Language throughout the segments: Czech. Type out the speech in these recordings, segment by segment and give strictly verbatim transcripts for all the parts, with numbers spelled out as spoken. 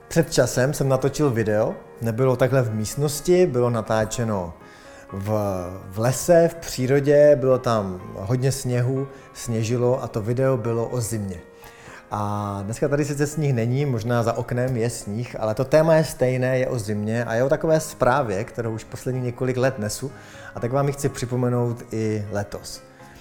Před časem jsem natočil video, nebylo takhle v místnosti, bylo natáčeno v, v lese, v přírodě, bylo tam hodně sněhu, sněžilo a to video bylo o zimě. A dneska tady sice sníh není, možná za oknem je sníh, ale to téma je stejné, je o zimě a je o takové zprávě, kterou už poslední několik let nesu a tak vám ji chci připomenout i letos.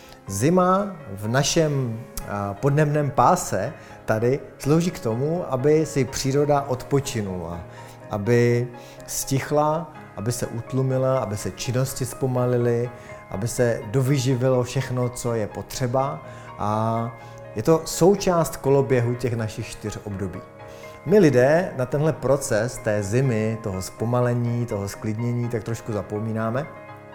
Zima v našem podnebném páse tady slouží k tomu, aby si příroda odpočinula, aby stichla, aby se utlumila, aby se činnosti zpomalily, aby se dovyživilo všechno, co je potřeba a je to součást koloběhu těch našich čtyř období. My lidé na tenhle proces té zimy, toho zpomalení, toho sklidnění, tak trošku zapomínáme.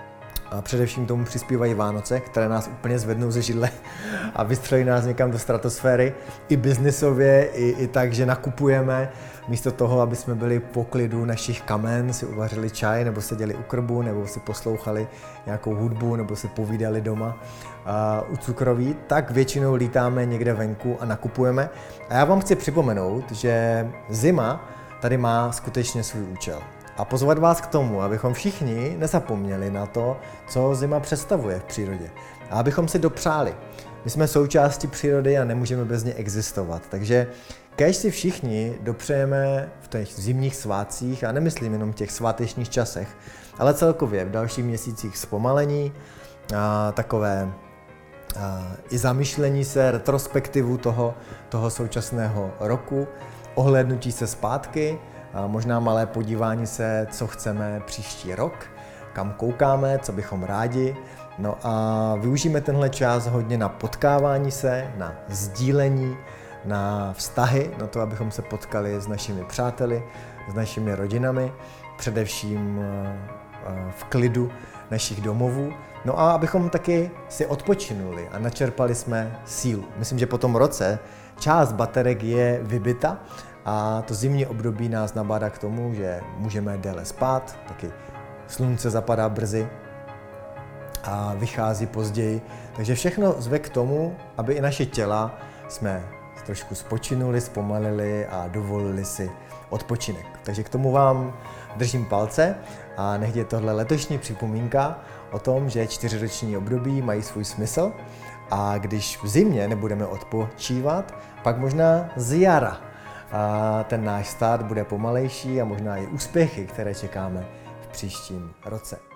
A především tomu přispívají Vánoce, které nás úplně zvednou ze židle a vystřelí nás někam do stratosféry. I biznisově, i, i tak, že nakupujeme místo toho, aby jsme byli po klidu našich kamen, si uvařili čaj, nebo seděli u krbu, nebo si poslouchali nějakou hudbu, nebo si povídali doma uh, u cukroví, tak většinou lítáme někde venku a nakupujeme. A já vám chci připomenout, že zima tady má skutečně svůj účel. A pozvat vás k tomu, abychom všichni nezapomněli na to, co zima představuje v přírodě. A abychom si dopřáli. My jsme součástí přírody a nemůžeme bez ní existovat. Takže kéž si všichni dopřejeme v těch zimních svátcích, a nemyslím jenom v těch svátečních časech, ale celkově v dalších měsících zpomalení, a takové a i zamýšlení se, retrospektivu toho, toho současného roku, ohlédnutí se zpátky, a možná malé podívání se, co chceme příští rok, kam koukáme, co bychom rádi. No a využijeme tenhle čas hodně na potkávání se, na sdílení, na vztahy, na to, abychom se potkali s našimi přáteli, s našimi rodinami, především v klidu našich domovů. No a abychom taky si odpočinuli a načerpali jsme sílu. Myslím, že po tom roce část baterek je vybita, a to zimní období nás nabádá k tomu, že můžeme déle spát, taky slunce zapadá brzy a vychází později. Takže všechno zve k tomu, aby i naše těla jsme trošku spočinuli, zpomalili a dovolili si odpočinek. Takže k tomu vám držím palce a nech je tohle letošní připomínka o tom, že čtyřiroční období mají svůj smysl a když v zimě nebudeme odpočívat, pak možná z jara a ten náš start bude pomalejší a možná i úspěchy, které čekáme v příštím roce.